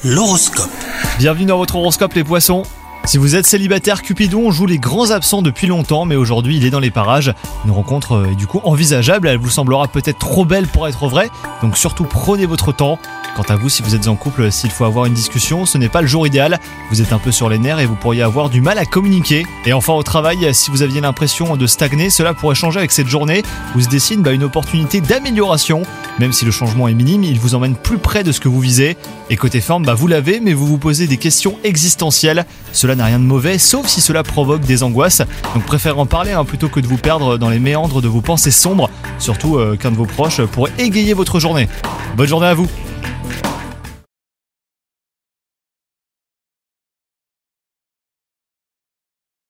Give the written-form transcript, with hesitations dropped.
L'horoscope. Bienvenue dans votre horoscope les poissons. Si vous êtes célibataire, Cupidon joue les grands absents depuis longtemps, mais aujourd'hui il est dans les parages. Une rencontre est du coup envisageable, elle vous semblera peut-être trop belle pour être vraie, donc surtout prenez votre temps. Quant à vous, si vous êtes en couple, s'il faut avoir une discussion, ce n'est pas le jour idéal. Vous êtes un peu sur les nerfs et vous pourriez avoir du mal à communiquer. Et enfin au travail, si vous aviez l'impression de stagner, cela pourrait changer avec cette journée où se dessine une opportunité d'amélioration. Même si le changement est minime, il vous emmène plus près de ce que vous visez. Et côté forme, vous l'avez, mais vous vous posez des questions existentielles. Cela n'a rien de mauvais, sauf si cela provoque des angoisses. Donc préférez en parler plutôt que de vous perdre dans les méandres de vos pensées sombres. Surtout qu'un de vos proches pourrait égayer votre journée. Bonne journée à vous.